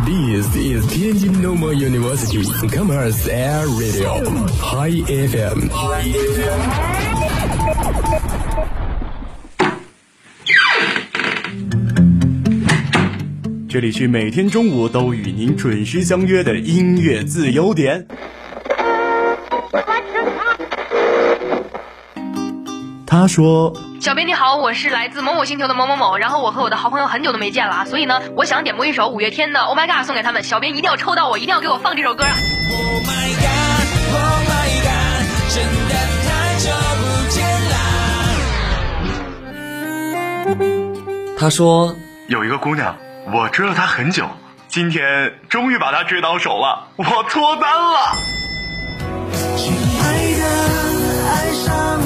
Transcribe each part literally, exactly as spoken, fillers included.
This is Tianjin Normal University Commerce Air Radio High F M。 这里是每天中午都与您准时相约的音乐自由点。他说： 小编你好，我是来自某某星球的某某某，然后我和我的好朋友很久都没见了，所以呢，我想点播一首五月天的 Oh My God 送给他们，小编一定要抽到我，一定要给我放这首歌啊 Oh my God Oh my God 真的太久不见啦。 他说有一个姑娘，我追了她很久，今天终于把她追到手了，我脱单了。 亲爱的，爱上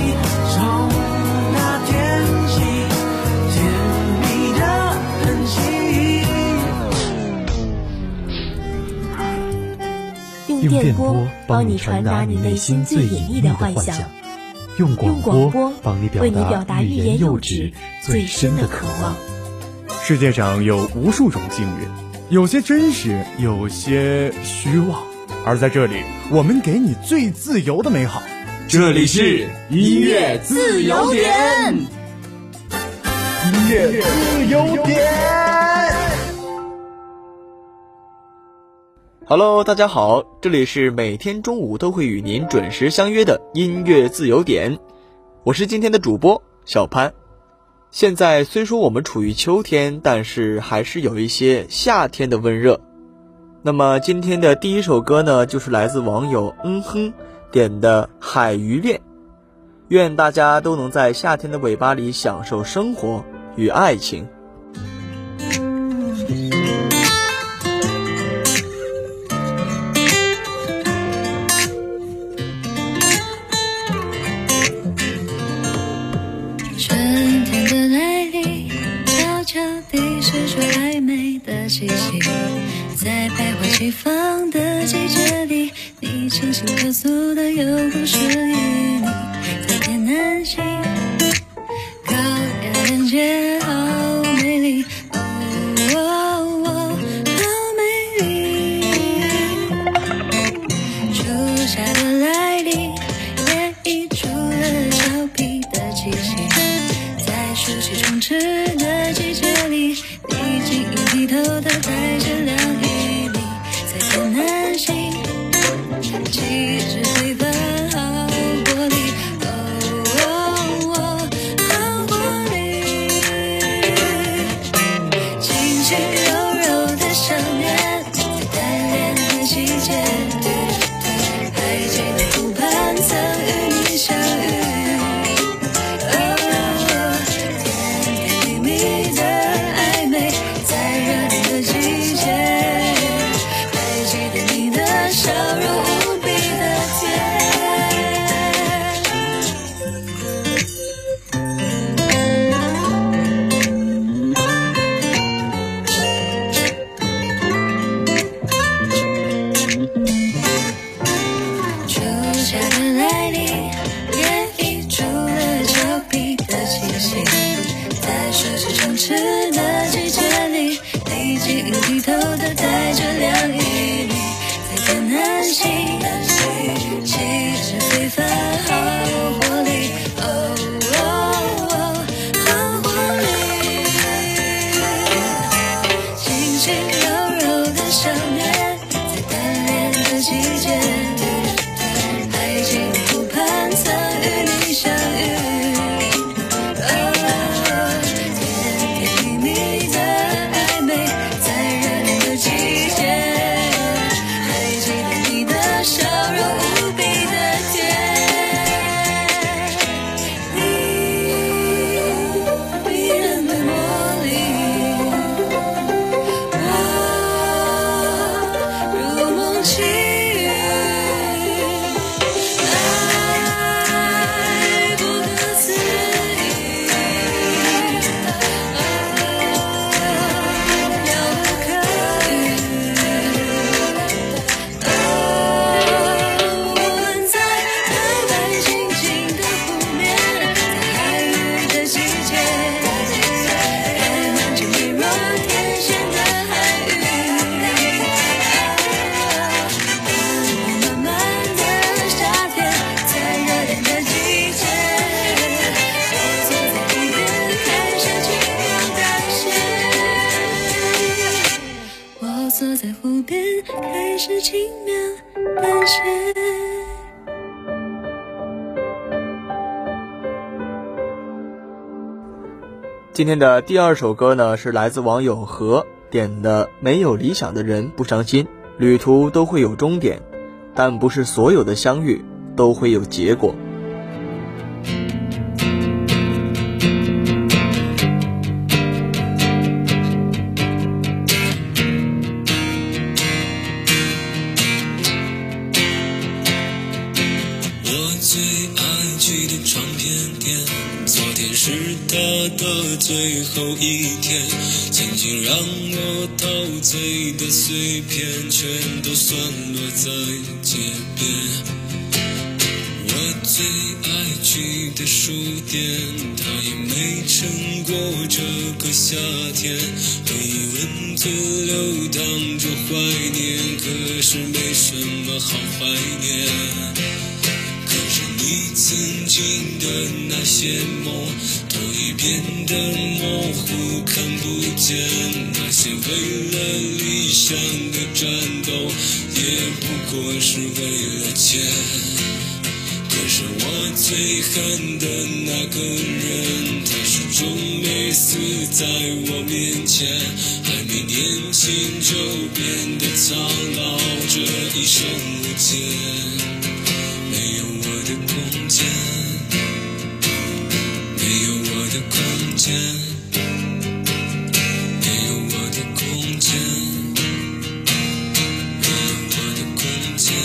用电波帮你传达你内心最隐秘的幻想，用广播帮你表达欲言又止最深的渴望。 世界上有无数种境遇，有些真实，有些虚妄，而在这里，我们给你最自由的美好。这里是音乐自由点，音乐自由点。 Hello， 大家好，这里是每天中午都会与您准时相约的音乐自由点，我是今天的主播小潘。现在虽说我们处于秋天，但是还是有一些夏天的温热。那么今天的第一首歌呢，就是来自网友嗯哼点的《海鱼恋》，愿大家都能在夏天的尾巴里享受生活与爱情。 气息在徘徊起放的季节里，你清新可诉的又不适宜，你在天南星高雅人间好美丽，哦哦哦好美丽。初夏的来临也溢出了俏皮的气息，在暑气充斥的季节里，你晶莹剔透的带着凉意，你在天南星气质非凡好活力，哦哦哦好活力，轻轻柔柔的想念在单恋的季节，还记得湖畔曾与你相遇，哦甜甜蜜蜜的暧昧在热恋的季节，还记得你的笑容无比的甜。初夏的来临也溢出了俏皮的气息，在暑气充斥的季节里，你晶莹剔透的带着凉意，你在天南星气质非凡好活力，哦哦哦好活力，轻轻柔柔的想念在单恋的季节，还记得湖畔曾与你相遇，哦甜甜蜜蜜的暧昧在热恋的季节，还记得你的笑容无比的甜，你迷人的魔力，哦坐在湖边，开始轻描淡写。 今天的第二首歌呢，是来自网友何点的，没有理想的人不伤心，旅途都会有终点，但不是所有的相遇都会有结果。 的最后一天，曾经让我陶醉的碎片全都散落在街边。我最爱去的书店，它也没撑过这个夏天。回忆文字流淌着怀念，可是没什么好怀念。可是你曾经的那些梦都已变得模糊，看不见那些为了理想的战斗，也不过是为了钱。可是我最恨的那个人，他始终没死在我面前，还没年轻就变得苍老，这一生无解。没有我的空间，没有我的空间，没有我的空间，没有我的空间。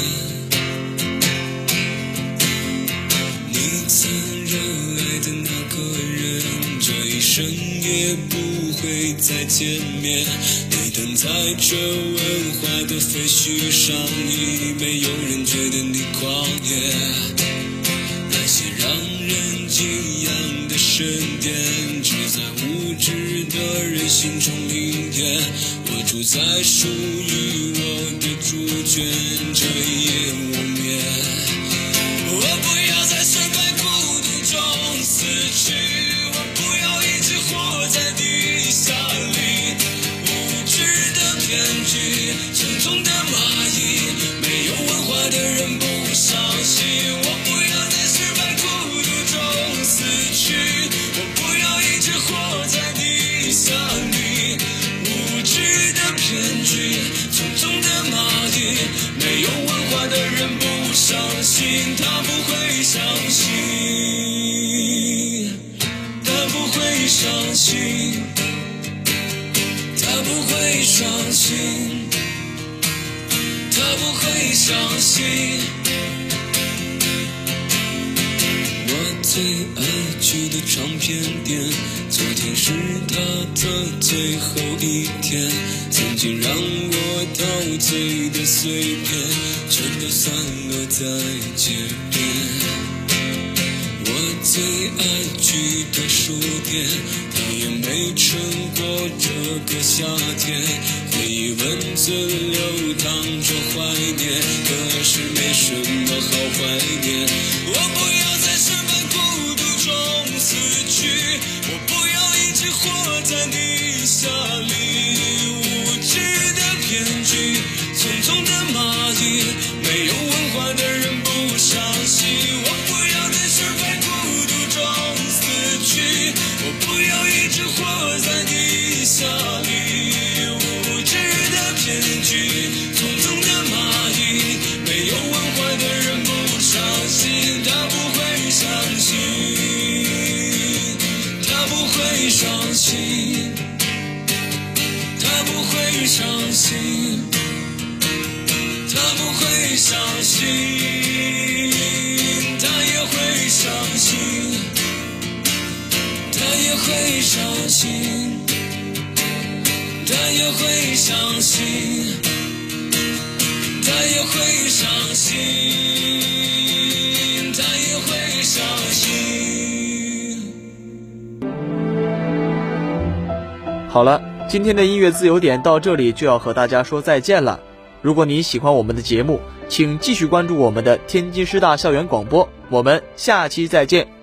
你曾热爱的那个人，这一生也不会再见面。你等在这文化的废墟上，已没有人觉得你狂野。那些让人敬仰的神殿，只在无知的人心中灵验。我住在属于我的猪圈，这一夜无眠。我不要在深白孤独中死去，我不要一直活在地下里。无知的骗局，沉重的蚂蚁，没有文化的人不伤心。我不要在失败孤独中死去，我不要一直活在地下里。无知的骗局，沉重的蚂蚁，没有文化的人不伤心。他不会伤心，他不会伤心，他不会伤心，他不会伤心。我最爱去的唱片店，昨天是它的最后一天。曾经让我陶醉的碎片，全都散落在街边。我最爱去的书店，它也没撑过这个夏天。回忆文字流淌着怀念，可是没什么好怀念。我不要在失败孤独中死去，我不要一直活在地下里。无知的骗局，沉重的蚂蚁，没有文化的人不伤心。我不要在失败孤独中死去，我不要一直活在地下里。无知的骗局，重重的蚂蚁，没有文化的人不伤心。他不会伤心，他不会伤心，他不会伤心，他不会伤心，他也会伤心，他也会伤心，他也会伤心，他也会伤心，他也会伤心。 好了，今天的音乐自由点到这里就要和大家说再见了。如果你喜欢我们的节目，请继续关注我们的天津师大校园广播，我们下期再见。